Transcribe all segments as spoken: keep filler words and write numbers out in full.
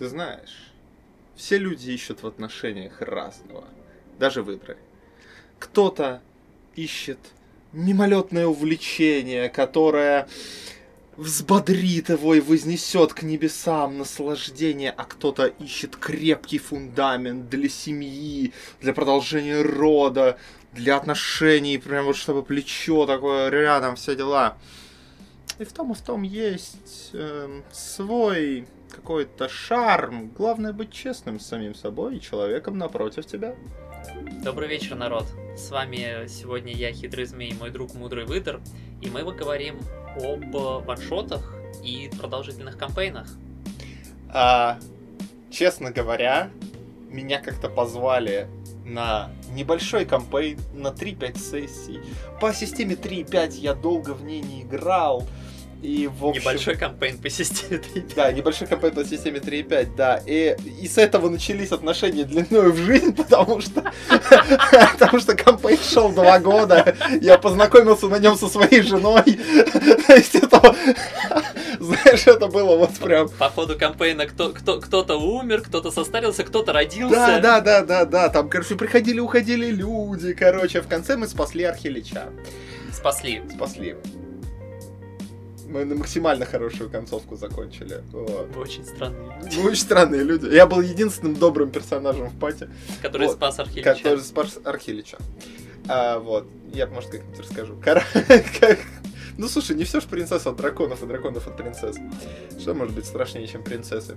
Ты знаешь, все люди ищут в отношениях разного, даже выдры. Кто-то ищет мимолетное увлечение, которое взбодрит его и вознесет к небесам наслаждение, а кто-то ищет крепкий фундамент для семьи, для продолжения рода, для отношений, прям вот чтобы плечо такое рядом, все дела. И в том и в том есть э, свой какой-то шарм. Главное быть честным с самим собой и человеком напротив тебя. Добрый вечер, народ. С вами сегодня я, Хитрый Змей, мой друг Мудрый Выдр, и мы поговорим об ваншотах и продолжительных кампейнах. А, честно говоря, меня как-то позвали на небольшой кампейн, на три-пять сессий. По системе три пять я долго в ней не играл. И, в общем... Небольшой кампейн по системе три пять. Да, небольшой кампейн по системе три пять, да. И, и с этого начались отношения длиною в жизнь, потому что потому что кампейн шел два года. Я познакомился на нем со своей женой. То есть это... Знаешь, это было вот прям... По ходу кампейна кто, кто, кто-то умер, кто-то состарился, кто-то родился. Да, да, да, да, да. Там, короче, приходили, уходили люди. Короче, в конце мы спасли Архилича. Спасли. Спасли. Мы на максимально хорошую концовку закончили. Вот. Вы очень странные люди. Вы очень странные люди. Я был единственным добрым персонажем в пати. Который вот. спас Архилича. Который спас Архилича. А, вот. Я, может, как-нибудь расскажу. Ну, слушай, не все ж принцесса от драконов, и драконов от принцесс. Что может быть страшнее, чем принцессы?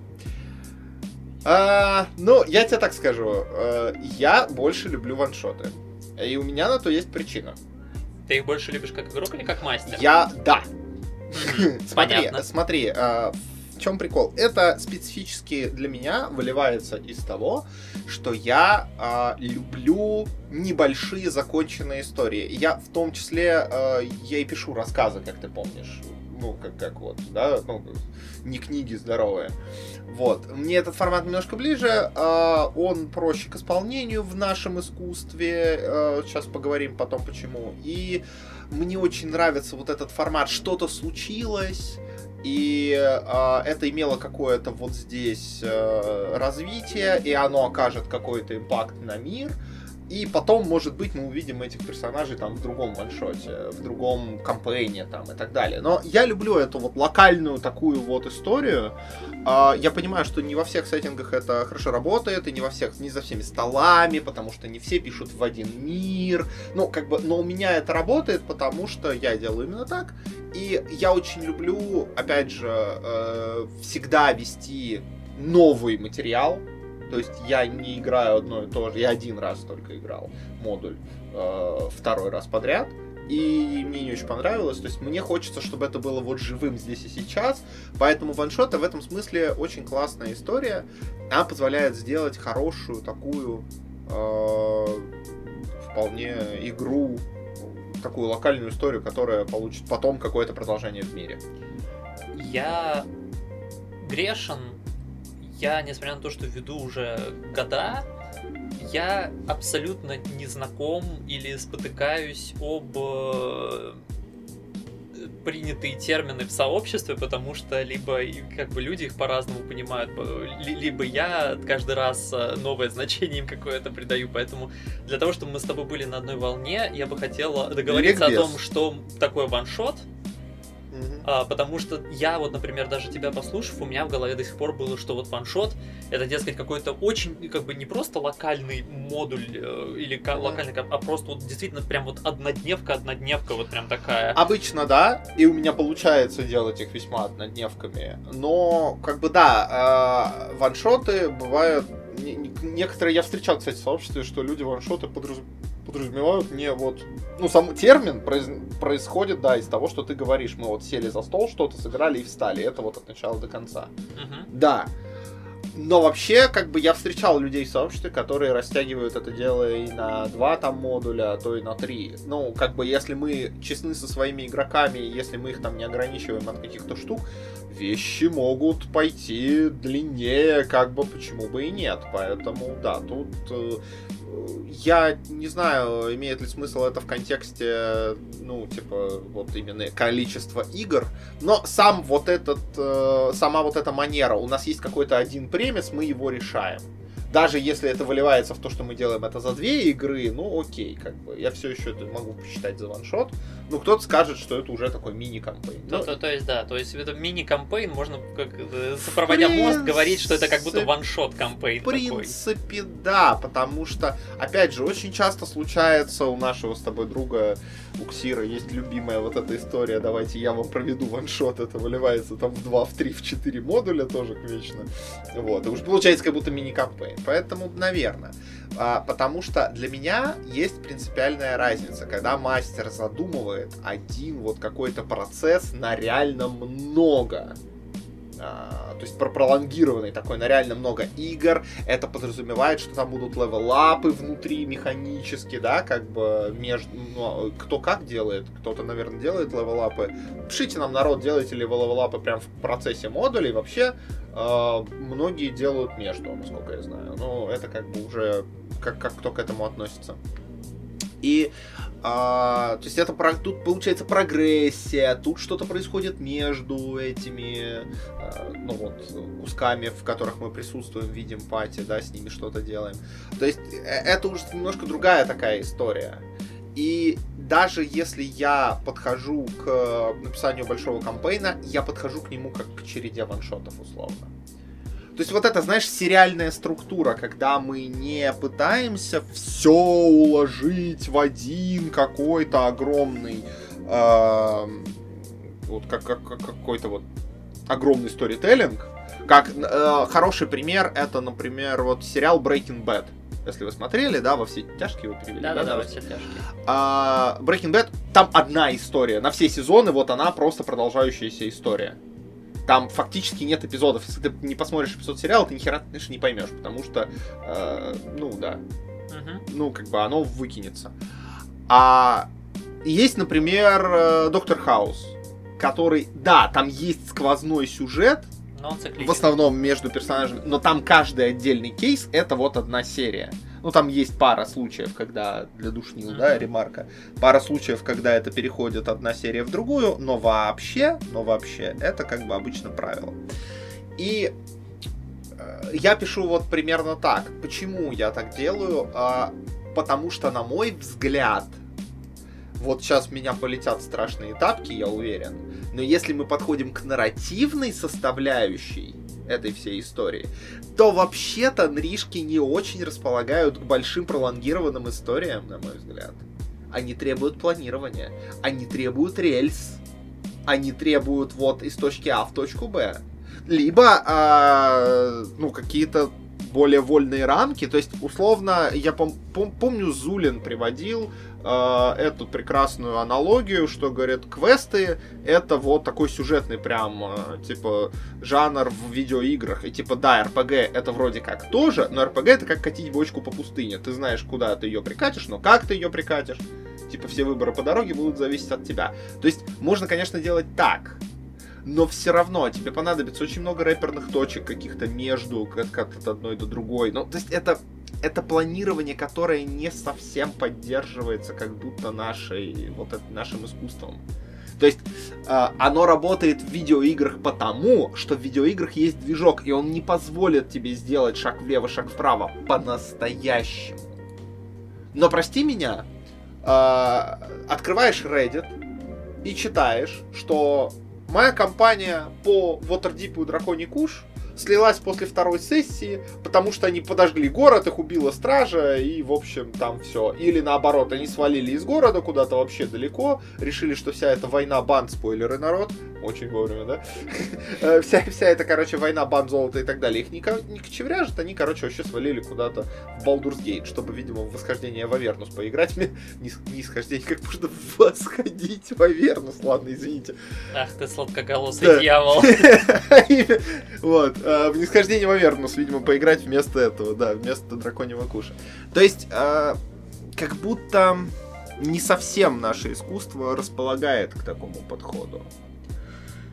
А, ну, я тебе так скажу. Я больше люблю ваншоты. И у меня на то есть причина. Ты их больше любишь как игрок или как мастер? Я... Да. Смотри, Понятно. смотри, а, в чем прикол? Это специфически для меня выливается из того, что я а, люблю небольшие законченные истории. Я в том числе, а, я и пишу рассказы, как ты помнишь. Ну, как, как вот, да, ну, не книги здоровые. Вот. Мне этот формат немножко ближе, а, он проще к исполнению в нашем искусстве. А, сейчас поговорим потом почему. И мне очень нравится вот этот формат «что-то случилось», и э, это имело какое-то вот здесь э, развитие, и оно окажет какой-то импакт на мир. И потом, может быть, мы увидим этих персонажей там в другом ваншоте, в другом кампейне там и так далее. Но я люблю эту вот локальную такую вот историю. Я понимаю, что не во всех сеттингах это хорошо работает, и не во всех, не за всеми столами, потому что не все пишут в один мир. Ну, как бы, но у меня это работает, потому что я делаю именно так. И я очень люблю, опять же, всегда вести новый материал. То есть я не играю одно и то же, я один раз только играл модуль э, второй раз подряд, и мне не очень понравилось. То есть мне хочется, чтобы это было вот живым здесь и сейчас, поэтому ваншоты в этом смысле очень классная история. Она позволяет сделать хорошую такую э, вполне игру, такую локальную историю, которая получит потом какое-то продолжение в мире. Я грешен. Я, несмотря на то, что веду уже года, я абсолютно не знаком или спотыкаюсь об э, принятые термины в сообществе, потому что либо как бы люди их по-разному понимают, либо я каждый раз новое значение им какое-то придаю, поэтому для того, чтобы мы с тобой были на одной волне, я бы хотел договориться Ликбез. о том, что такое ваншот. А, потому что я вот, например, даже тебя послушав, у меня в голове до сих пор было, что вот ваншот это, дескать, какой-то очень, как бы не просто локальный модуль э, или mm-hmm. локальный, а просто вот действительно прям вот однодневка, однодневка вот прям такая. Обычно, да, и у меня получается делать их весьма однодневками, но, как бы, да, э, ваншоты бывают, не, не, некоторые, я встречал, кстати, в сообществе, что люди ваншоты подраз... подразумевают не вот, ну, сам термин произ... происходит, да, из того, что ты говоришь. Мы вот сели за стол, что-то сыграли и встали. Это вот от начала до конца. Uh-huh. Да. Но вообще, как бы, я встречал людей в сообществе, которые растягивают это дело и на два там модуля, а то и на три. Ну, как бы, если мы честны со своими игроками, если мы их там не ограничиваем от каких-то штук, вещи могут пойти длиннее, как бы, почему бы и нет. Поэтому, да, тут... я не знаю, имеет ли смысл это в контексте, ну, типа, вот именно количества игр, но сам вот этот, э, сама вот эта манера, у нас есть какой-то один премис, мы его решаем. Даже если это выливается в то, что мы делаем это за две игры, ну окей, как бы, я все еще это могу посчитать за ваншот. Ну, кто-то скажет, что это уже такой мини-кампейн. Ну, то, то есть, да, то есть это мини-кампейн, можно, как, сопроводя мост, говорить, что это как будто ваншот-кампейн. В принципе, такой. Да, потому что, опять же, очень часто случается у нашего с тобой друга, у Ксира, есть любимая вот эта история, давайте я вам проведу ваншот, это выливается там в два, в три, в четыре модуля тоже вечно. Вот, и уже получается как будто мини-кампейн. Поэтому, наверное. А, потому что для меня есть принципиальная разница, когда мастер задумывает один вот какой-то процесс на реально много. А, то есть про пролонгированный такой на реально много игр. Это подразумевает, что там будут левел-апы внутри механически, да, как бы между, ну, кто как делает, кто-то, наверное, делает левел-апы. Пишите нам, народ, делаете ли вы левел-апы прям в процессе модулей. Вообще, э, многие делают между, насколько я знаю. Но это как бы уже, как, как кто к этому относится. И а, то есть это тут получается прогрессия, тут что-то происходит между этими а, ну вот, кусками, в которых мы присутствуем, видим пати, да, с ними что-то делаем. То есть это уже немножко другая такая история. И даже если я подхожу к написанию большого кампейна, я подхожу к нему как к череде ваншотов условно. То есть вот это, знаешь, сериальная структура, когда мы не пытаемся все уложить в один какой-то огромный, э, вот как, как, какой-то вот огромный сторителлинг. Как э, хороший пример, это, например, вот сериал Breaking Bad. Если вы смотрели, да, «Во все тяжкие» его перевели. Да, да, да, «Во все тяжкие». А, Breaking Bad, там одна история. На все сезоны вот она просто продолжающаяся история. Там фактически нет эпизодов. Если ты не посмотришь эпизод сериала, ты ни хера, конечно, не поймешь, потому что, э, ну да, uh-huh. ну как бы оно выкинется. А есть, например, Доктор Хаус, который, да, там есть сквозной сюжет, но он в основном между персонажами, но там каждый отдельный кейс это вот одна серия. Ну, там есть пара случаев, когда для душнил, mm-hmm. да, ремарка. Пара случаев, когда это переходит одна серия в другую, но вообще, но вообще, это как бы обычно правило. И э, я пишу вот примерно так. Почему я так делаю? Э, потому что, на мой взгляд, вот сейчас в меня полетят страшные тапки, я уверен, но если мы подходим к нарративной составляющей этой всей истории, то вообще-то нришки не очень располагают к большим пролонгированным историям, на мой взгляд. Они требуют планирования, они требуют рельс, они требуют вот из точки А в точку Б. Либо, э, ну, какие-то более вольные рамки, то есть, условно, я пом- пом- помню, Зулин приводил э, эту прекрасную аналогию, что, говорит, квесты это вот такой сюжетный прям, э, типа, жанр в видеоиграх, и типа, да, эр пи джи это вроде как тоже, но эр пи джи это как катить бочку по пустыне, ты знаешь, куда ты ее прикатишь, но как ты ее прикатишь, типа, все выборы по дороге будут зависеть от тебя. То есть, можно, конечно, делать так, но все равно тебе понадобится очень много рэперных точек каких-то между, как от одной до другой. Ну, то есть это, это планирование, которое не совсем поддерживается как будто нашей, вот это, нашим искусством. То есть э, оно работает в видеоиграх потому, что в видеоиграх есть движок, и он не позволит тебе сделать шаг влево, шаг вправо по-настоящему. Но прости меня, э, открываешь Reddit и читаешь, что моя компания по Waterdeep и Драконий Куш слилась после второй сессии, потому что они подожгли город, их убила стража, и, в общем, там все. Или наоборот, они свалили из города куда-то вообще далеко, решили, что вся эта война банд, спойлеры, народ, очень вовремя, да? вся, вся эта, короче, война банд, золота и так далее, их не, не кочевряжет, они, короче, вообще свалили куда-то в Baldur's Gate, чтобы, видимо, в восхождение в Авернус поиграть. Не, не исхождение, как можно восходить в Авернус, ладно, извините. Ах ты сладкоголосый да. дьявол. Вот. В нисхождение в Авернус, видимо, поиграть вместо этого, да, вместо Драконьего Куша. То есть, э, как будто не совсем наше искусство располагает к такому подходу.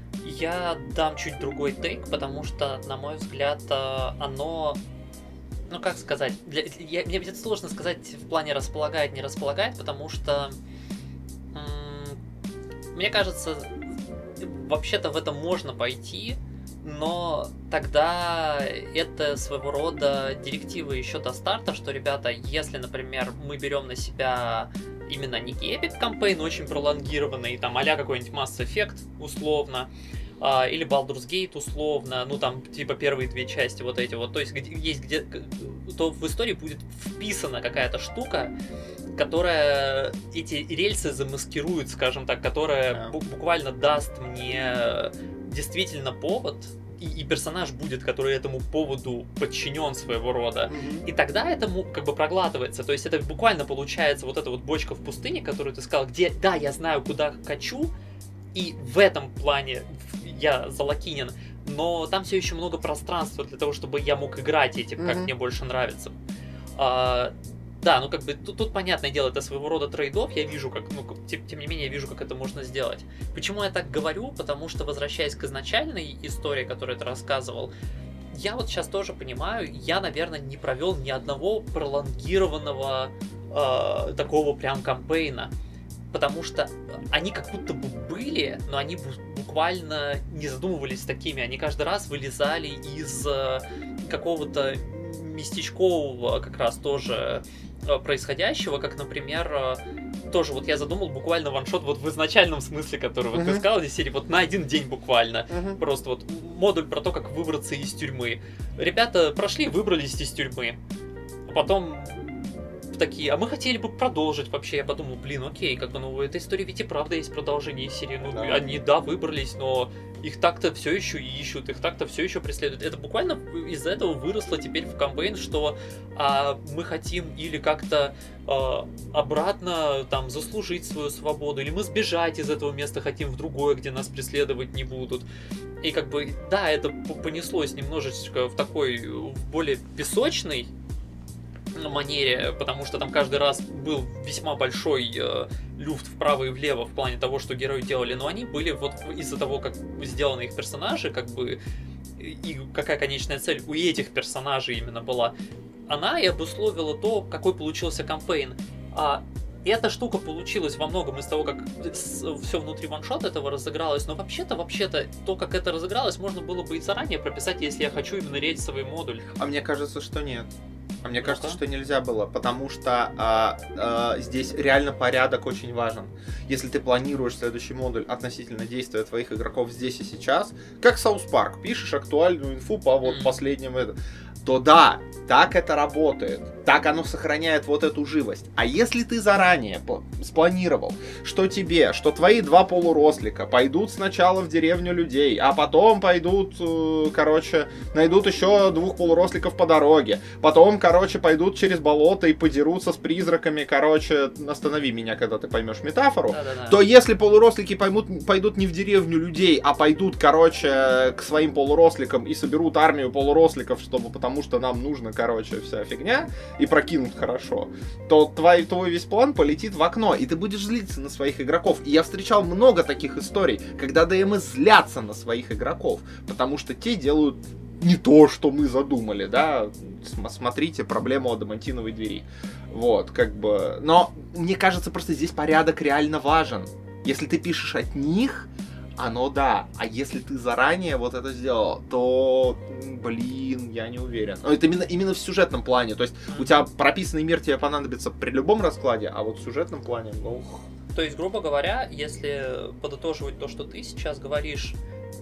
Я дам чуть другой тейк, потому что, на мой взгляд, оно Ну, как сказать, для, я, мне будет сложно сказать в плане располагает, не располагает, потому что м- мне кажется, вообще-то в этом можно пойти, но тогда это своего рода директива еще до старта, что, ребята, если, например, мы берем на себя именно некий Epic кампейн, очень пролонгированный, там а-ля какой-нибудь Mass Effect, условно, а, или Baldur's Gate, условно, ну там типа первые две части вот эти вот, то есть где, есть где, то в истории будет вписана какая-то штука, которая эти рельсы замаскирует, скажем так, которая бу- буквально даст мне действительно повод, и, и персонаж будет, который этому поводу подчинен своего рода. Mm-hmm. И тогда этому как бы проглатывается. То есть это буквально получается вот эта вот бочка в пустыне, которую ты сказал, где, да, я знаю, куда хочу, и в этом плане я залакинен, но там все еще много пространства для того, чтобы я мог играть этим, mm-hmm. как мне больше нравится. А, да, ну как бы тут, тут понятное дело, это своего рода трейд-офф, я вижу, как, ну, тем, тем не менее, я вижу, как это можно сделать. Почему я так говорю? Потому что, возвращаясь к изначальной истории, которую ты рассказывал, я вот сейчас тоже понимаю, я, наверное, не провел ни одного пролонгированного э, такого прям кампейна. Потому что они как будто бы были, но они буквально не задумывались такими. Они каждый раз вылезали из какого-то местечкового как раз тоже происходящего, как, например, тоже вот я задумал буквально ваншот вот в изначальном смысле, который вот uh-huh. ты сказал, здесь серии вот на один день буквально. Uh-huh. Просто вот модуль про то, как выбраться из тюрьмы. Ребята прошли, выбрались из тюрьмы. А потом такие, а мы хотели бы продолжить вообще. Я подумал, блин, окей, как бы, ну, у этой истории ведь и правда есть продолжение серии. Ну, да. Они, да, выбрались, но их так-то все еще ищут, их так-то все еще преследуют. Это буквально из-за этого выросло теперь в кампейн, что а, мы хотим или как-то а, обратно там заслужить свою свободу, или мы сбежать из этого места хотим в другое, где нас преследовать не будут. И как бы, да, это понеслось немножечко в такой, в более песочный манере, потому что там каждый раз был весьма большой э, люфт вправо и влево в плане того, что герои делали, но они были вот из-за того, как сделаны их персонажи, как бы, и какая конечная цель у этих персонажей именно была, она и обусловила то, какой получился кампейн. А эта штука получилась во многом из того, как все внутри ваншота этого разыгралось, но вообще-то, вообще-то, то, как это разыгралось, можно было бы и заранее прописать, если я хочу именно рейсовый модуль. А мне кажется, что нет. А мне кажется, ну-ка. что нельзя было, потому что а, а, здесь реально порядок очень важен. Если ты планируешь следующий модуль относительно действия твоих игроков здесь и сейчас, как South Park, пишешь актуальную инфу по вот mm. последним это, то да, так это работает, так оно сохраняет вот эту живость. А если ты заранее спланировал, что тебе, что твои два полурослика пойдут сначала в деревню людей, а потом пойдут, короче, найдут еще двух полуросликов по дороге, потом, короче, пойдут через болото и подерутся с призраками, короче, останови меня, когда ты поймешь метафору, Да-да-да. то если полурослики поймут, пойдут не в деревню людей, а пойдут, короче, к своим полуросликам и соберут армию полуросликов, чтобы, потому что нам нужно, короче, вся фигня, и прокинут хорошо, то твой, твой весь план полетит в окно, и ты будешь злиться на своих игроков. И я встречал много таких историй, когда ДМы злятся на своих игроков, потому что те делают не то, что мы задумали, да, смотрите проблему адамантиновой двери. Вот, как бы, но мне кажется, просто здесь порядок реально важен. Если ты пишешь от них, оно да, а если ты заранее вот это сделал, то, блин, я не уверен. Но это именно, именно в сюжетном плане, то есть у тебя прописанный мир тебе понадобится при любом раскладе, а вот в сюжетном плане, ну... То есть, грубо говоря, если подытоживать то, что ты сейчас говоришь,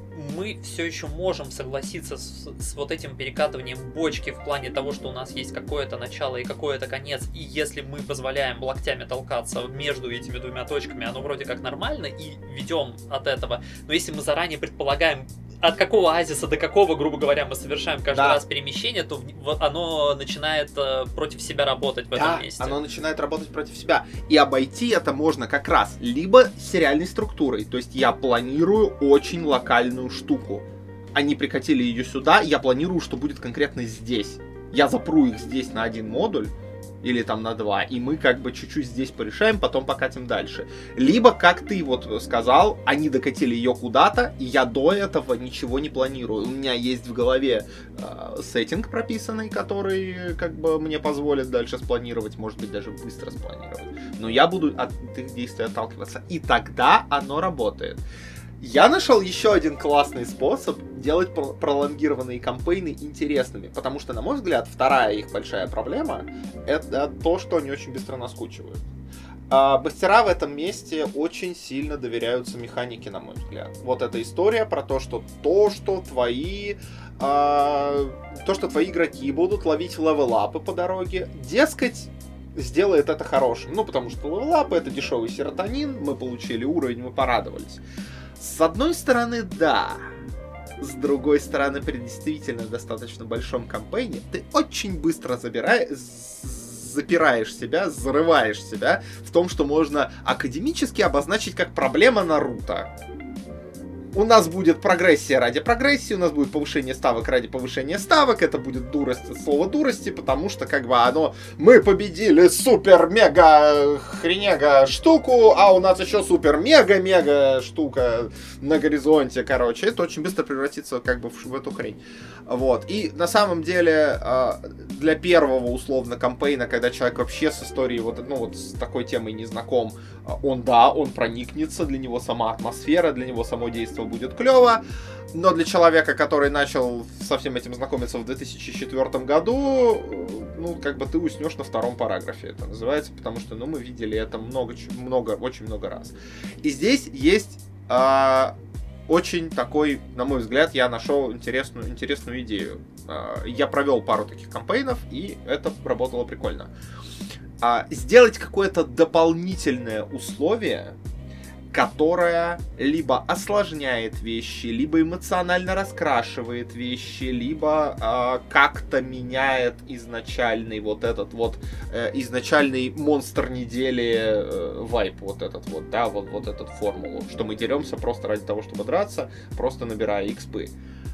мы все еще можем согласиться с, с вот этим перекатыванием бочки в плане того, что у нас есть какое-то начало и какое-то конец, и если мы позволяем локтями толкаться между этими двумя точками, оно вроде как нормально, и ведем от этого. Но если мы заранее предполагаем, от какого оазиса до какого, грубо говоря, мы совершаем каждый да. раз перемещение, то оно начинает э, против себя работать в да, этом месте. Оно начинает работать против себя. И обойти это можно как раз либо сериальной структурой. То есть я планирую очень локальную штуку. Они прикатили ее сюда, я планирую, что будет конкретно здесь. Я запру их здесь на один модуль, или там на два, и мы как бы чуть-чуть здесь порешаем, потом покатим дальше. Либо, как ты вот сказал, они докатили ее куда-то, и я до этого ничего не планирую. У меня есть в голове э, сеттинг прописанный, который как бы мне позволит дальше спланировать, может быть, даже быстро спланировать. Но я буду от их действий отталкиваться, и тогда оно работает. Я нашел еще один классный способ делать пролонгированные кампейны интересными, потому что, на мой взгляд, вторая их большая проблема — это то, что они очень быстро наскучивают. А мастера в этом месте очень сильно доверяются механике, на мой взгляд. Вот эта история про то, что то, что твои, а, то, что твои игроки будут ловить левелапы по дороге, дескать, сделает это хорошим. Ну, потому что левелапы — это дешевый серотонин, мы получили уровень, мы порадовались. С одной стороны, да. С другой стороны, при действительно достаточно большом кампейне ты очень быстро забираешь, запираешь себя, зарываешь себя в том, что можно академически обозначить как проблема Наруто. У нас будет прогрессия ради прогрессии, у нас будет повышение ставок ради повышения ставок, это будет дурость от слова дурости, потому что как бы оно, мы победили супер-мега-хренега штуку, а у нас еще супер-мега-мега штука на горизонте, короче, это очень быстро превратится как бы в, в эту хрень. Вот, и на самом деле для первого условно кампейна, когда человек вообще с историей вот, ну, вот с такой темой не знаком, он, да, он проникнется, для него сама атмосфера, для него само действие будет клево, но для человека, который начал со всем этим знакомиться в две тысячи четвёртом году, ну, как бы ты уснешь на втором параграфе, это называется, потому что, ну, мы видели это много, много, очень много раз. И здесь есть э, очень такой, на мой взгляд, я нашел интересную, интересную идею. Э, я провел пару таких кампейнов, и это работало прикольно. Э, сделать какое-то дополнительное условие, которая либо осложняет вещи, либо эмоционально раскрашивает вещи, либо э, как-то меняет изначальный вот этот вот э, изначальный монстр недели э, вайп, вот этот вот, да, вот, вот эту формулу, что мы деремся просто ради того, чтобы драться, просто набирая экспы.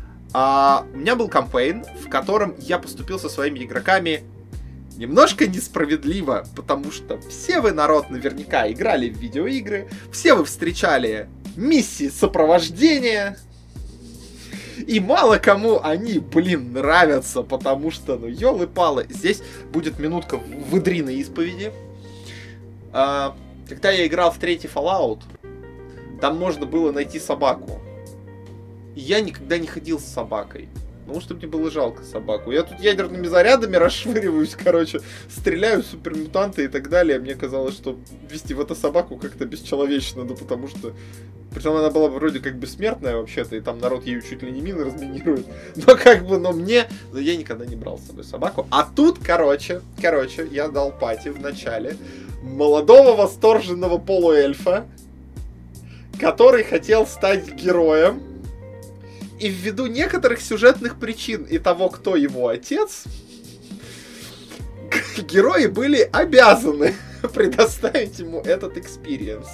А, у меня был кампейн, в котором я поступил со своими игроками немножко несправедливо, потому что все вы, народ, наверняка играли в видеоигры, все вы встречали миссии сопровождения, и мало кому они, блин, нравятся, потому что, ну, ёлы-палы, здесь будет минутка выдриной исповеди. А, когда я играл в третий Fallout, там можно было найти собаку. И я никогда не ходил с собакой. Потому что мне было жалко собаку. Я тут ядерными зарядами расшвыриваюсь, короче, стреляю, супермутанты и так далее. Мне казалось, что вести в это собаку как-то бесчеловечно, ну потому что... Причем она была вроде как бессмертная вообще-то, и там народ ею чуть ли не мины разминирует. Но как бы, но мне... Но я никогда не брал с собой собаку. А тут, короче, короче, я дал пати в начале молодого восторженного полуэльфа, который хотел стать героем. И ввиду некоторых сюжетных причин и того, кто его отец, герои были обязаны предоставить ему этот экспириенс.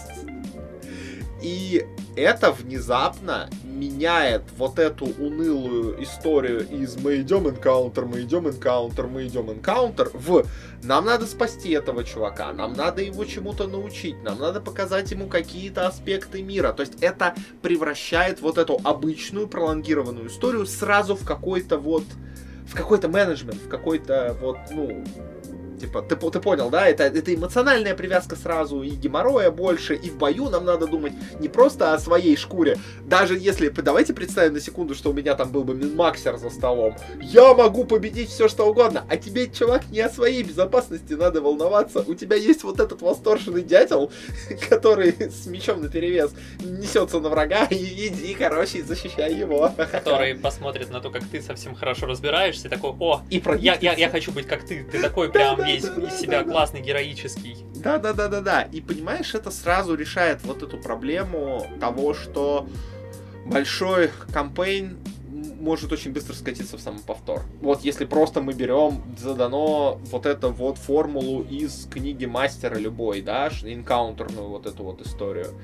И это внезапно меняет вот эту унылую историю из «мы идем энкаунтер, мы идем энкаунтер, мы идем энкаунтер» в «нам надо спасти этого чувака, нам надо его чему-то научить, нам надо показать ему какие-то аспекты мира». То есть это превращает вот эту обычную пролонгированную историю сразу в какой-то вот, в какой-то менеджмент, в какой-то вот, ну... Типа, ты, ты понял, да? Это, это эмоциональная привязка сразу, и геморроя больше, и в бою нам надо думать не просто о своей шкуре. Даже если, давайте представим на секунду, что у меня там был бы минмаксер за столом. Я могу победить все, что угодно, а тебе, чувак, не о своей безопасности надо волноваться. У тебя есть вот этот восторженный дятел, который с мечом наперевес несется на врага, и иди, короче, защищай его. Который посмотрит на то, как ты совсем хорошо разбираешься, и такой, о, и я, я, я хочу быть как ты, ты такой прям... Из себя классный, героический. Да, да, да, да, да. И понимаешь, это сразу решает вот эту проблему того, что большой кампейн может очень быстро скатиться в самоповтор. Вот если просто мы берем задано вот эту вот формулу из книги мастера любой, да, энкаунтерную вот эту вот историю.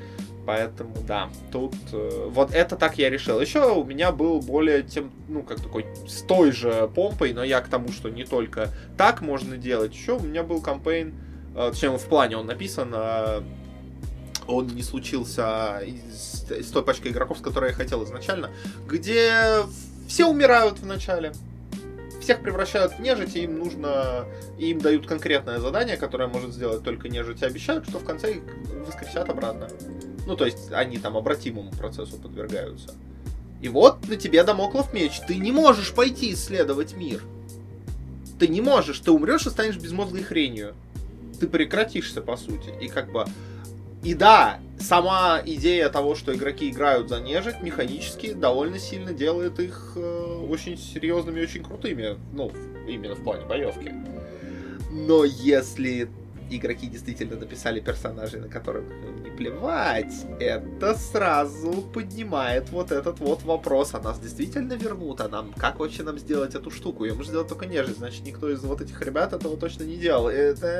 Поэтому, да, тут э, вот это так я решил. Еще у меня был более тем, ну, как такой, с той же помпой, но я к тому, что не только так можно делать. Еще у меня был кампейн, э, точнее, в плане он написан, э, он не случился с, с той пачкой игроков, с которой я хотел изначально, где все умирают в начале. Всех превращают в нежить, и им нужно... И им дают конкретное задание, которое может сделать только нежить, и обещают, что в конце их воскресят обратно. Ну, то есть, они там обратимому процессу подвергаются. И вот на тебе дамоклов меч. Ты не можешь пойти исследовать мир. Ты не можешь. Ты умрешь и станешь безмозглой хренью. Ты прекратишься, по сути. И как бы... И да, сама идея того, что игроки играют за нежить, механически довольно сильно делает их э, очень серьезными и очень крутыми. Ну, именно в плане боевки. Но если игроки действительно написали персонажей, на которых не плевать, это сразу поднимает вот этот вот вопрос. А нас действительно вернут? А нам как вообще нам сделать эту штуку? Ее можно сделать только нежить, значит никто из вот этих ребят этого точно не делал.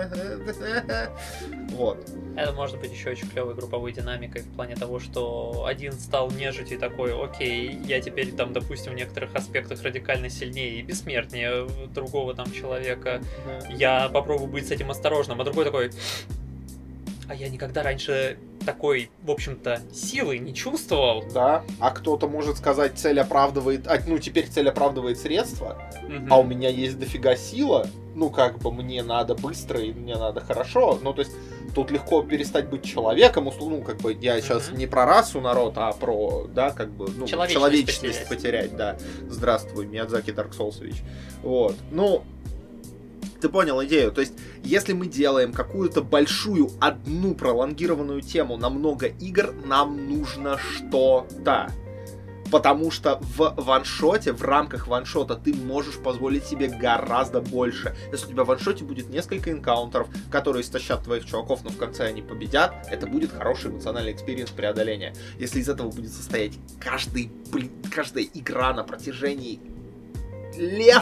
Вот. Это может быть еще очень клевой групповой динамикой в плане того, что один стал нежить и такой, окей, я теперь там, допустим, в некоторых аспектах радикально сильнее и бессмертнее другого там человека. Да. Я попробую быть с этим осторожным, а другой такой, а я никогда раньше такой, в общем-то, силы не чувствовал. Да, а кто-то может сказать, цель оправдывает, а, ну теперь цель оправдывает средства, угу. А у меня есть дофига сила, ну как бы мне надо быстро и мне надо хорошо, ну то есть тут легко перестать быть человеком, ну как бы я сейчас угу. не про расу народ, а про, да, как бы, ну, человечность, человечность потерять. потерять, да. Здравствуй, Миядзаки Дарк Соулсович. Вот, ну... Ты понял идею? То есть, если мы делаем какую-то большую, одну пролонгированную тему на много игр, нам нужно что-то. Потому что в ваншоте, в рамках ваншота, ты можешь позволить себе гораздо больше. Если у тебя в ваншоте будет несколько энкаунтеров, которые истощат твоих чуваков, но в конце они победят, это будет хороший эмоциональный экспириенс преодоления. Если из этого будет состоять каждый, блин, каждая игра на протяжении лет...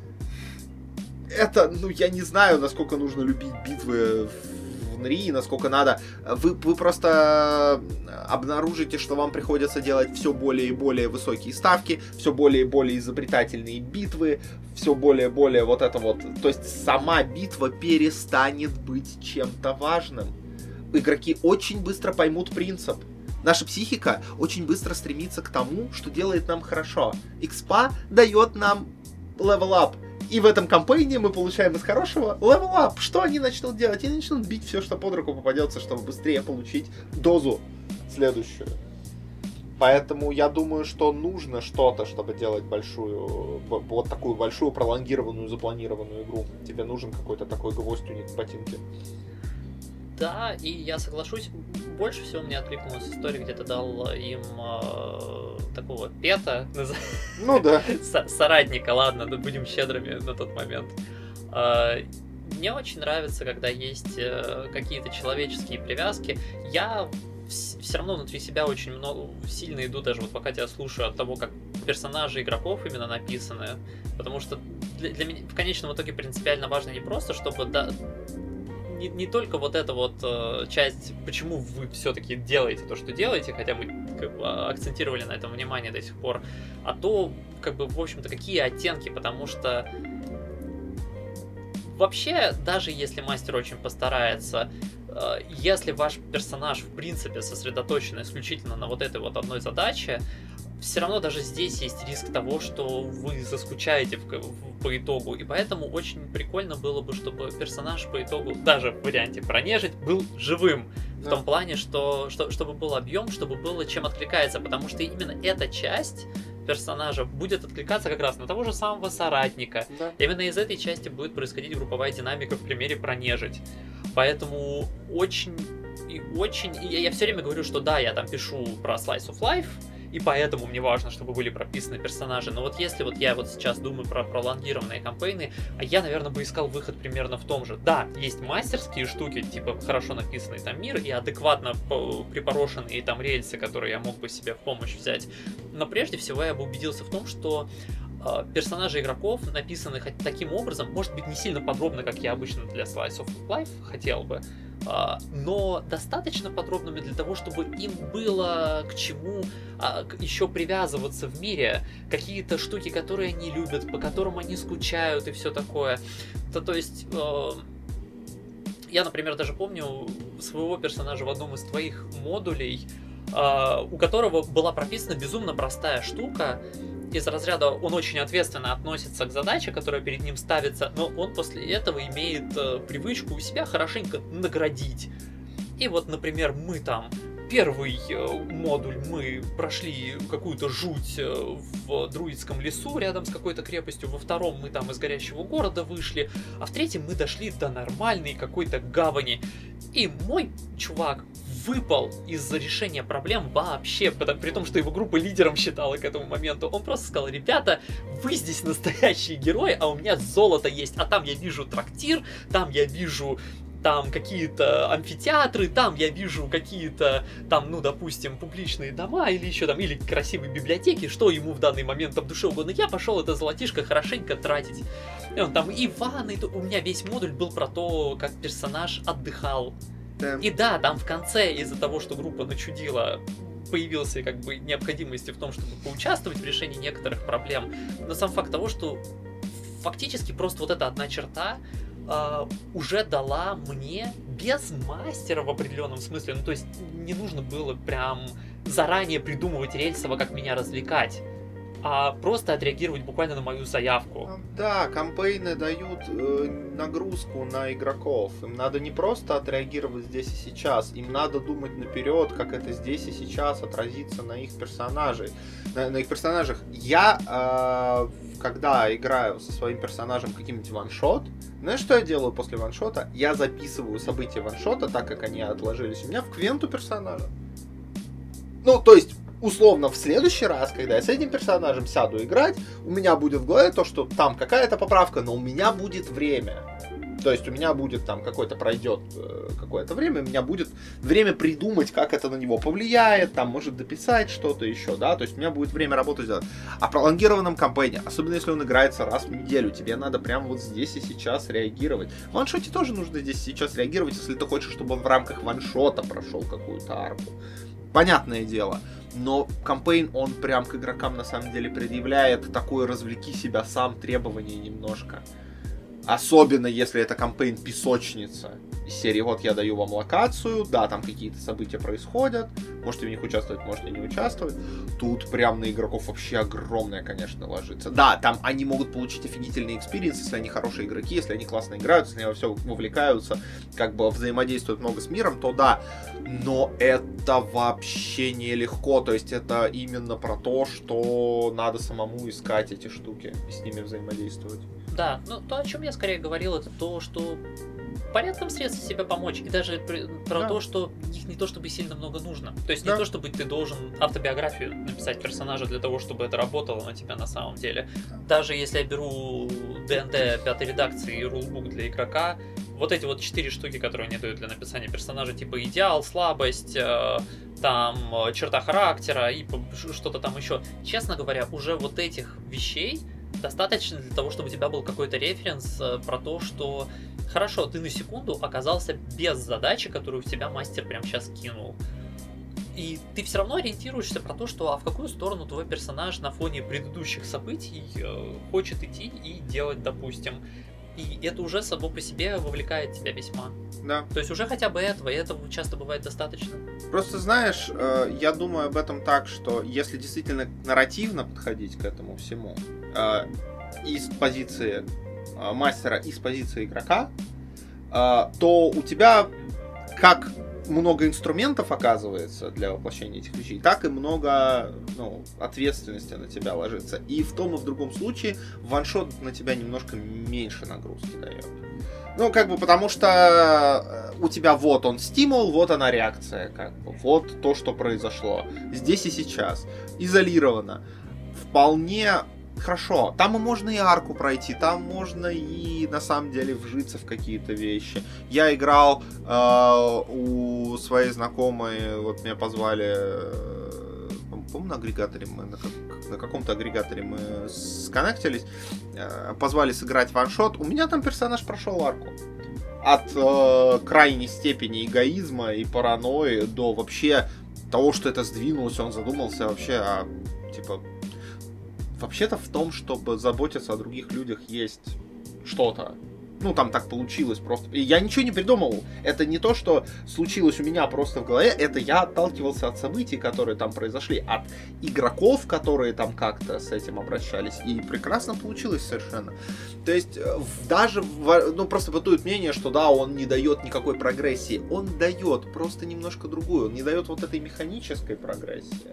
Это, ну, я не знаю, насколько нужно любить битвы в Нри, насколько надо. Вы, вы просто обнаружите, что вам приходится делать все более и более высокие ставки, все более и более изобретательные битвы, все более и более вот это вот. То есть сама битва перестанет быть чем-то важным. Игроки очень быстро поймут принцип. Наша психика очень быстро стремится к тому, что делает нам хорошо. Экспа дает нам левел-ап. И в этом кампейне мы получаем из хорошего левел-ап. Что они начнут делать? Они начнут бить все, что под руку попадется, чтобы быстрее получить дозу следующую. Поэтому я думаю, что нужно что-то, чтобы делать большую, вот такую большую пролонгированную, запланированную игру. Тебе нужен какой-то такой гвоздь у них в ботинке. Да, и я соглашусь, больше всего мне откликнулась история, где ты дал им э, такого пета, ну да, соратника, ладно, да будем щедрыми на тот момент. Э, мне очень нравится, когда есть э, какие-то человеческие привязки. Я все равно внутри себя очень много, сильно иду, даже вот пока тебя слушаю, от того, как персонажи игроков именно написаны, потому что для, для меня в конечном итоге принципиально важно не просто, чтобы... Да, Не, не только вот эта вот э, часть, почему вы все-таки делаете то, что делаете, хотя мы как бы, акцентировали на этом внимание до сих пор, а то, как бы, в общем-то, какие оттенки, потому что вообще, даже если мастер очень постарается, э, если ваш персонаж, в принципе, сосредоточен исключительно на вот этой вот одной задаче, все равно даже здесь есть риск того, что вы заскучаете в, в, по итогу, и поэтому очень прикольно было бы, чтобы персонаж по итогу, даже в варианте про нежить, был живым, да. В том плане, что, что чтобы был объем, чтобы было чем откликается, потому что именно эта часть персонажа будет откликаться как раз на того же самого соратника. Да. Именно из этой части будет происходить групповая динамика в примере про нежить. Поэтому очень и очень... И я, я все время говорю, что да, я там пишу про Slice of Life, и поэтому мне важно, чтобы были прописаны персонажи. Но вот если вот я вот сейчас думаю про пролонгированные кампейны, а я, наверное, бы искал выход примерно в том же. Да, есть мастерские штуки, типа хорошо написанный там мир и адекватно припорошенные там рельсы, которые я мог бы себе в помощь взять. Но прежде всего я бы убедился в том, что э, персонажи игроков написаны хоть таким образом, может быть, не сильно подробно, как я обычно для Slice of Life хотел бы, но достаточно подробными для того, чтобы им было к чему еще привязываться в мире, какие-то штуки, которые они любят, по которым они скучают и все такое. То, то есть... Я, например, даже помню своего персонажа в одном из твоих модулей, у которого была прописана безумно простая штука. Из разряда он очень ответственно относится к задаче, которая перед ним ставится, но он после этого имеет привычку у себя хорошенько наградить. И вот, например, мы там первый модуль мы прошли какую-то жуть в друидском лесу рядом с какой-то крепостью, во втором мы там из горящего города вышли, а в третьем мы дошли до нормальной какой-то гавани. И мой чувак выпал из-за решения проблем вообще, при том, что его группа лидером считала к этому моменту. Он просто сказал: ребята, вы здесь настоящие герои, а у меня золото есть, а там я вижу трактир, там я вижу... там какие-то амфитеатры, там я вижу какие-то, там, ну, допустим, публичные дома или еще там, или красивые библиотеки, что ему в данный момент там в душе угодно. Я пошел это золотишко хорошенько тратить. И он там и ванны, и у меня весь модуль был про то, как персонаж отдыхал. Да. И да, там в конце из-за того, что группа начудила, появился как бы необходимости в том, чтобы поучаствовать в решении некоторых проблем. Но сам факт того, что фактически просто вот эта одна черта Uh, уже дала мне без мастера в определенном смысле. Ну, то есть не нужно было прям заранее придумывать рельсово, как меня развлекать, а просто отреагировать буквально на мою заявку. Да, кампейны дают э, нагрузку на игроков. Им надо не просто отреагировать здесь и сейчас, им надо думать наперед, как это здесь и сейчас отразится на их персонажей, на, на их персонажах. Я, э, когда играю со своим персонажем каким-нибудь ваншот, знаешь, что я делаю после ваншота? Я записываю события ваншота, так как они отложились у меня, в квенту персонажа. Ну, то есть, условно, в следующий раз, когда я с этим персонажем сяду играть, у меня будет в голове то, что там какая-то поправка, но у меня будет время. То есть у меня будет там какой-то пройдет э, какое-то время, у меня будет время придумать, как это на него повлияет, там может дописать что-то еще, да, то есть у меня будет время работать сделать. А в пролонгированном кампейне, особенно если он играется раз в неделю, тебе надо прямо вот здесь и сейчас реагировать. В ваншоте тоже нужно здесь и сейчас реагировать, если ты хочешь, чтобы он в рамках ваншота прошел какую-то арку. Понятное дело. Но кампейн, он прям к игрокам на самом деле предъявляет такое развлеки себя сам требование немножко. Особенно если это кампейн песочница. Из серии вот я даю вам локацию, да, там какие-то события происходят, можете в них участвовать, можете не участвовать. Тут прям на игроков вообще огромное, конечно, ложится. Да, там они могут получить офигительный экспириенс, если они хорошие игроки, если они классно играют, если они во все вовлекаются, как бы взаимодействуют много с миром, то да. Но это вообще нелегко, то есть это именно про то, что надо самому искать эти штуки и с ними взаимодействовать. Да, но то, о чем я скорее говорил, это то, что порядком средств себе помочь. И даже про да. то, что их не то чтобы сильно много нужно. То есть да. не то чтобы ты должен автобиографию написать персонажа для того, чтобы это работало на тебя на самом деле. Даже если я беру ди энд ди пятой редакции и рулбук для игрока, вот эти вот четыре штуки, которые они дают для написания персонажа, типа идеал, слабость, там черта характера и что-то там еще. Честно говоря, уже вот этих вещей достаточно для того, чтобы у тебя был какой-то референс э, про то, что хорошо, ты на секунду оказался без задачи, которую в тебя мастер прямо сейчас кинул. И ты все равно ориентируешься про то, что а в какую сторону твой персонаж на фоне предыдущих событий э, хочет идти и делать, допустим. И это уже само по себе вовлекает тебя весьма. Да. То есть уже хотя бы этого, и этого часто бывает достаточно. Просто знаешь, э, я думаю об этом так, что если действительно нарративно подходить к этому всему, э, и с позиции э, мастера, и с позиции игрока, э, то у тебя как много инструментов оказывается для воплощения этих вещей, так и много ну, ответственности на тебя ложится. И в том и в другом случае ваншот на тебя немножко меньше нагрузки дает. Ну, как бы, потому что у тебя вот он стимул, вот она реакция, как бы, вот то, что произошло. Здесь и сейчас. Изолировано. Вполне хорошо. Там и можно и арку пройти, там можно и на самом деле вжиться в какие-то вещи. Я играл э, у своей знакомой, вот меня позвали, э, по-моему, на агрегаторе мы, на, как, на каком-то агрегаторе мы сконнектились, э, позвали сыграть ваншот. У меня там персонаж прошел арку. от э, крайней степени эгоизма и паранойи до вообще того, что это сдвинулось, он задумался вообще о, типа, вообще-то в том, чтобы заботиться о других людях, есть что-то. Ну, там так получилось просто. И я ничего не придумал. Это не то, что случилось у меня просто в голове. Это я отталкивался от событий, которые там произошли. От игроков, которые там как-то с этим обращались. И прекрасно получилось совершенно. То есть, даже, ну, просто бытует мнение, что да, он не дает никакой прогрессии. Он дает, просто немножко другую. Он не дает вот этой механической прогрессии.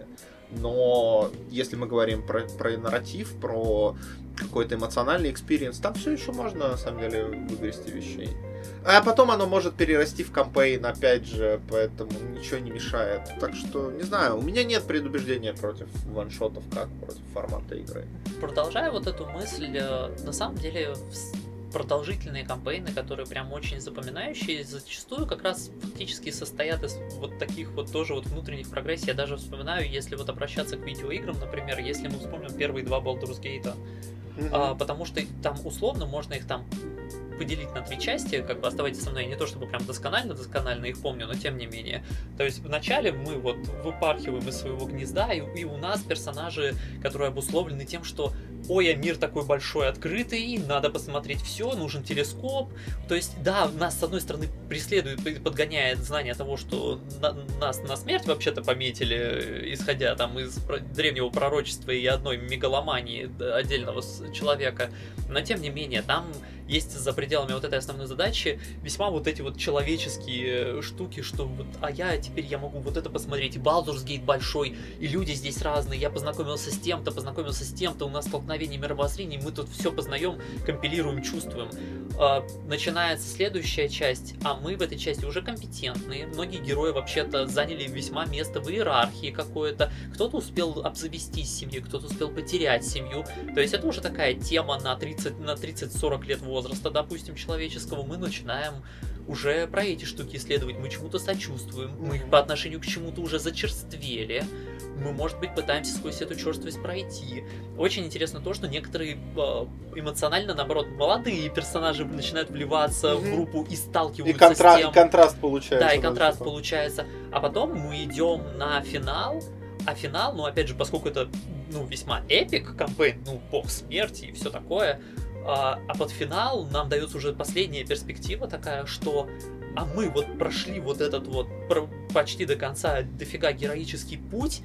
Но если мы говорим про, про нарратив, про какой-то эмоциональный экспириенс, там все еще можно, на самом деле, выгрести вещей. А потом оно может перерасти в кампейн, опять же, поэтому ничего не мешает. Так что, не знаю, у меня нет предубеждения против ваншотов, как против формата игры. Продолжая вот эту мысль, на самом деле... продолжительные кампейны, которые прям очень запоминающие, зачастую как раз фактически состоят из вот таких вот тоже вот внутренних прогрессий. Я даже вспоминаю, если вот обращаться к видеоиграм, например, если мы вспомним первые два Baldur's Gate, mm-hmm. а, потому что там условно можно их там поделить на три части, как бы оставайтесь со мной, не то чтобы прям досконально-досконально их помню, но тем не менее. То есть вначале мы вот выпархиваем из своего гнезда, и, и у нас персонажи, которые обусловлены тем, что ой, а мир такой большой, открытый, надо посмотреть все, нужен телескоп. То есть, да, нас с одной стороны преследует, подгоняет знание того, что на, нас на смерть вообще-то пометили, исходя там из древнего пророчества и одной мегаломании отдельного человека. Но тем не менее, там есть за пределами вот этой основной задачи весьма вот эти вот человеческие штуки, что вот, а я теперь я могу вот это посмотреть, и Baldur's Gate большой, и люди здесь разные, я познакомился с тем-то, познакомился с тем-то, у нас столкновение мировоззрений, мы тут все познаем, компилируем, чувствуем. А, начинается следующая часть, а мы в этой части уже компетентные, многие герои вообще-то заняли весьма место в иерархии какое-то, кто-то успел обзавестись семьей, кто-то успел потерять семью, то есть это уже такая тема на тридцать, на тридцать-сорок лет возраста, допустим, человеческого, мы начинаем уже про эти штуки исследовать, мы чему-то сочувствуем, мы по отношению к чему-то уже зачерствели, мы, может быть, пытаемся сквозь эту черствость пройти. Очень интересно то, что некоторые эмоционально, наоборот, молодые персонажи начинают вливаться mm-hmm. в группу и сталкиваются и контра- с тем... И контраст получается. Да, и контраст получается. А потом мы идем на финал, а финал, ну, опять же, поскольку это, ну, весьма эпик кампейн, ну, бог смерти и все такое, а, а под финал нам дается уже последняя перспектива такая, что а мы вот прошли вот этот вот про, почти до конца дофига героический путь,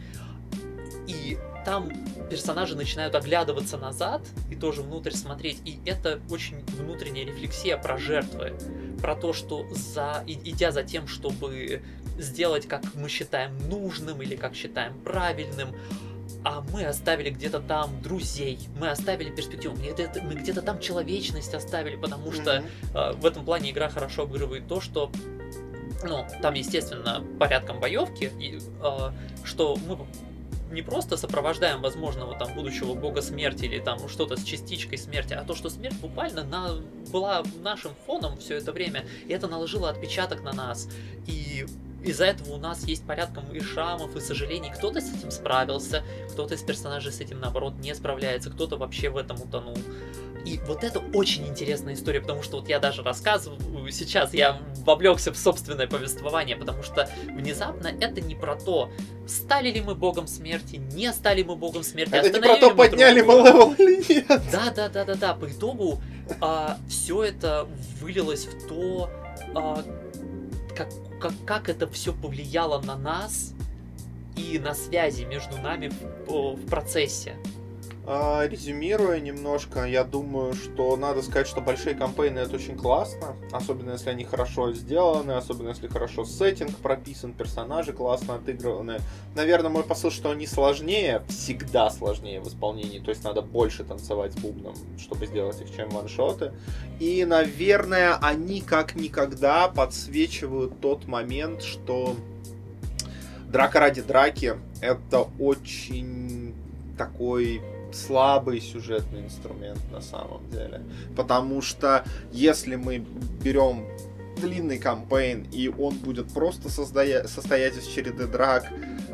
и там персонажи начинают оглядываться назад и тоже внутрь смотреть, и это очень внутренняя рефлексия про жертвы, про то, что за, и, идя за тем, чтобы сделать, как мы считаем нужным или как считаем правильным, а мы оставили где-то там друзей, мы оставили перспективу, мы где-то, мы где-то там человечность оставили, потому mm-hmm. что э, в этом плане игра хорошо обыгрывает то, что, ну, там, естественно, порядком боевки, и, э, что мы не просто сопровождаем возможного там будущего бога смерти или там что-то с частичкой смерти, а то, что смерть буквально на, была нашим фоном все это время, и это наложило отпечаток на нас, и из-за этого у нас есть порядком и шрамов, и сожалений. Кто-то с этим справился, кто-то из персонажей с этим, наоборот, не справляется, кто-то вообще в этом утонул. И вот это очень интересная история, потому что вот я даже рассказываю сейчас, я вовлекся в собственное повествование, потому что внезапно это не про то, стали ли мы богом смерти, не стали мы богом смерти, это не про то, подняли мы левел или нет. Да, да, да, да, да. По итогу а, все это вылилось в то, а, как Как, как это все повлияло на нас и на связи между нами в, в процессе. А, резюмируя немножко, я думаю, что надо сказать, что большие кампейны это очень классно, особенно если они хорошо сделаны, особенно если хорошо сеттинг прописан, персонажи классно отыграны. Наверное, мой посыл, что они сложнее, всегда сложнее в исполнении, то есть надо больше танцевать с бубном, чтобы сделать их, чем ваншоты. И, наверное, они как никогда подсвечивают тот момент, что драка ради драки это очень такой слабый сюжетный инструмент на самом деле. Потому что если мы берем длинный кампейн, и он будет просто создая... состоять из череды драк,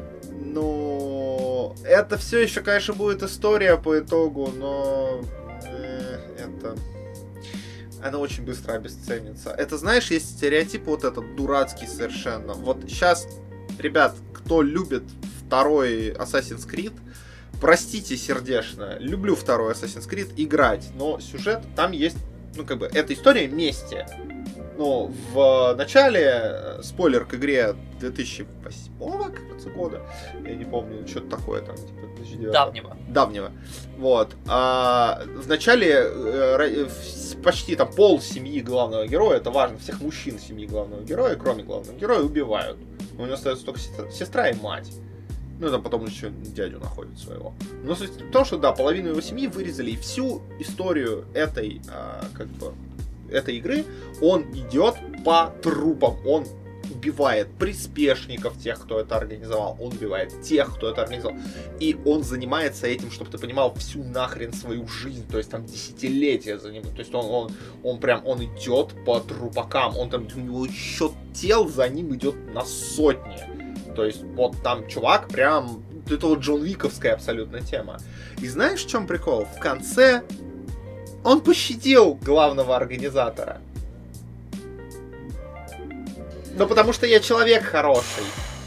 ну, это все еще, конечно, будет история по итогу, но э, это... она очень быстро обесценится. Это, знаешь, есть стереотип вот этот дурацкий совершенно. Вот сейчас, ребят, кто любит второй Assassin's Creed, простите сердечно, люблю второй Assassin's Creed играть, но сюжет там есть, ну как бы, это история мести. Но в начале, спойлер к игре две тысячи восьмого кажется, года, я не помню, что-то такое там, типа две тысячи девятого. Давнего. Давнего. Вот. А в начале э, почти там пол семьи главного героя, это важно, всех мужчин семьи главного героя, кроме главного героя, убивают. У него остается только сестра, сестра и мать. Ну, там потом еще дядю находит своего. Но суть в том, что, да, половину его семьи вырезали, и всю историю этой, а, как бы, этой игры он идет по трупам. Он убивает приспешников тех, кто это организовал. Он убивает тех, кто это организовал. И он занимается этим, чтобы ты понимал, всю нахрен свою жизнь. То есть там десятилетия за ним. То есть он, он, он прям, он идет по трупакам. Он там, у него счет тел за ним идет на сотни. То есть вот там чувак прям... Это вот Джон Уиковская абсолютно тема. И знаешь, в чем прикол? В конце он пощадил главного организатора. Ну потому что я человек хороший.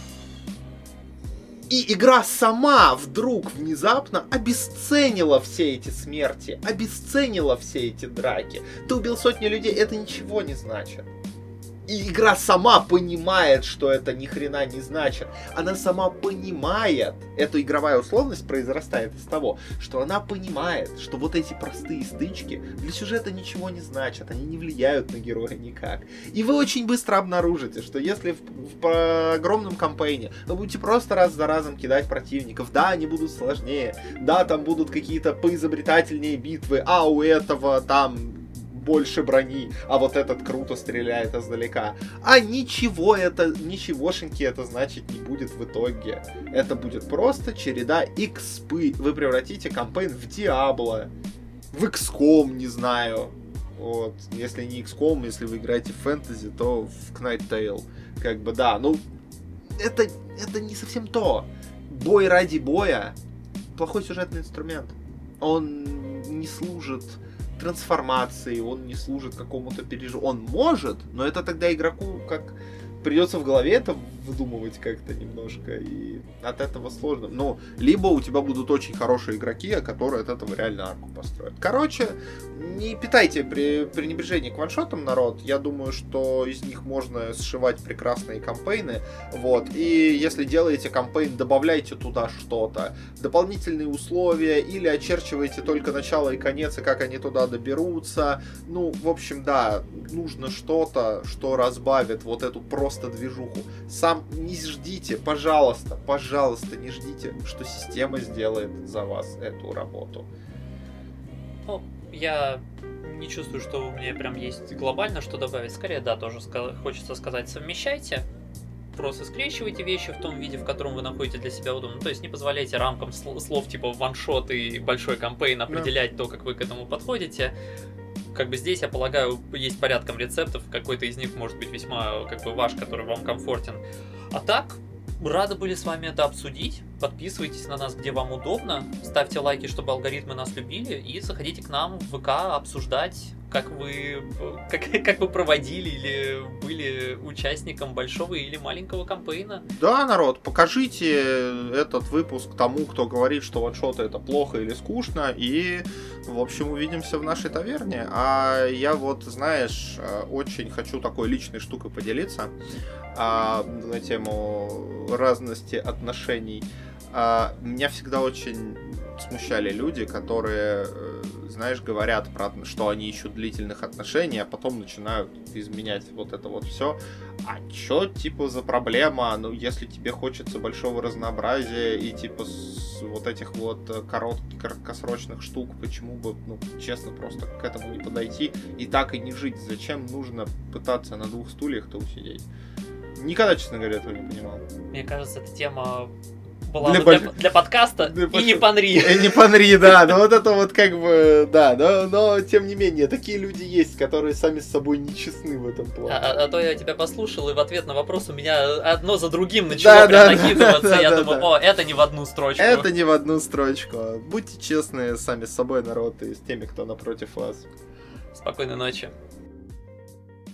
И игра сама вдруг внезапно обесценила все эти смерти. Обесценила все эти драки. Ты убил сотни людей, это ничего не значит. И игра сама понимает, что это ни хрена не значит. Она сама понимает, эта игровая условность произрастает из того, что она понимает, что вот эти простые стычки для сюжета ничего не значат, они не влияют на героя никак. И вы очень быстро обнаружите, что если в, в огромном кампейне вы будете просто раз за разом кидать противников, да, они будут сложнее, да, там будут какие-то поизобретательнее битвы, а у этого там... больше брони, а вот этот круто стреляет издалека. А ничего это, ничегошеньки это значит не будет в итоге. Это будет просто череда экспы. Вы превратите кампейн в Диабло, в икс ком, не знаю. Вот. Если не икс ком, если вы играете в фэнтези, то в Knight Tale. Как бы да, ну это, это не совсем то. Бой ради боя — плохой сюжетный инструмент. Он не служит трансформации, он не служит какому-то переживанию. Он может, но это тогда игроку как придется в голове это выдумывать как-то немножко, и от этого сложно. Ну, либо у тебя будут очень хорошие игроки, которые от этого реально арку построят. Короче, не питайте при, пренебрежение к ваншотам, народ. Я думаю, что из них можно сшивать прекрасные кампейны. Вот. И если делаете кампейн, добавляйте туда что-то. Дополнительные условия, или очерчивайте только начало и конец, и как они туда доберутся. Ну, в общем, да, нужно что-то, что разбавит вот эту просто движуху. Сам не ждите, пожалуйста, пожалуйста, не ждите, что система сделает за вас эту работу. Ну, я не чувствую, что у меня прям есть глобально что добавить. Скорее, да, тоже ска- хочется сказать, совмещайте. Просто скрещивайте вещи в том виде, в котором вы находите для себя удобно. Ну, то есть не позволяйте рамкам слов типа ваншот и большой кампейн определять то, как вы к этому подходите. Как бы здесь, я полагаю, есть порядком рецептов, какой-то из них может быть весьма как бы ваш, который вам комфортен. А так, рады были с вами это обсудить. Подписывайтесь на нас, где вам удобно. Ставьте лайки, чтобы алгоритмы нас любили. И заходите к нам в ВК обсуждать, как вы, как, как вы проводили или были участником большого или маленького кампейна. Да, народ, покажите этот выпуск тому, кто говорит, что ваншоты это плохо или скучно. И, в общем, увидимся в нашей таверне. А я вот, знаешь, очень хочу такой личной штукой поделиться а, на тему разности отношений. А, меня всегда очень смущали люди, которые, знаешь, говорят про, что они ищут длительных отношений, а потом начинают изменять вот это вот все. А чё, типа, за проблема? Ну, если тебе хочется большого разнообразия и, типа, с вот этих вот коротких, краткосрочных штук, почему бы, ну, честно, просто к этому не подойти и так и не жить? Зачем нужно пытаться на двух стульях-то усидеть? Никогда, честно говоря, этого не понимал. Мне кажется, эта тема была для, для, больш... для подкаста для и больш... не понри. И не понри, да, но вот это вот как бы, да, но, но тем не менее, такие люди есть, которые сами с собой не честны в этом плане. А, а то я тебя послушал, и в ответ на вопрос у меня одно за другим начало да, прям да, накидываться, да, я да, думаю, да. о, это не в одну строчку. Это не в одну строчку. Будьте честны сами с собой, народ, и с теми, кто напротив вас. Спокойной ночи.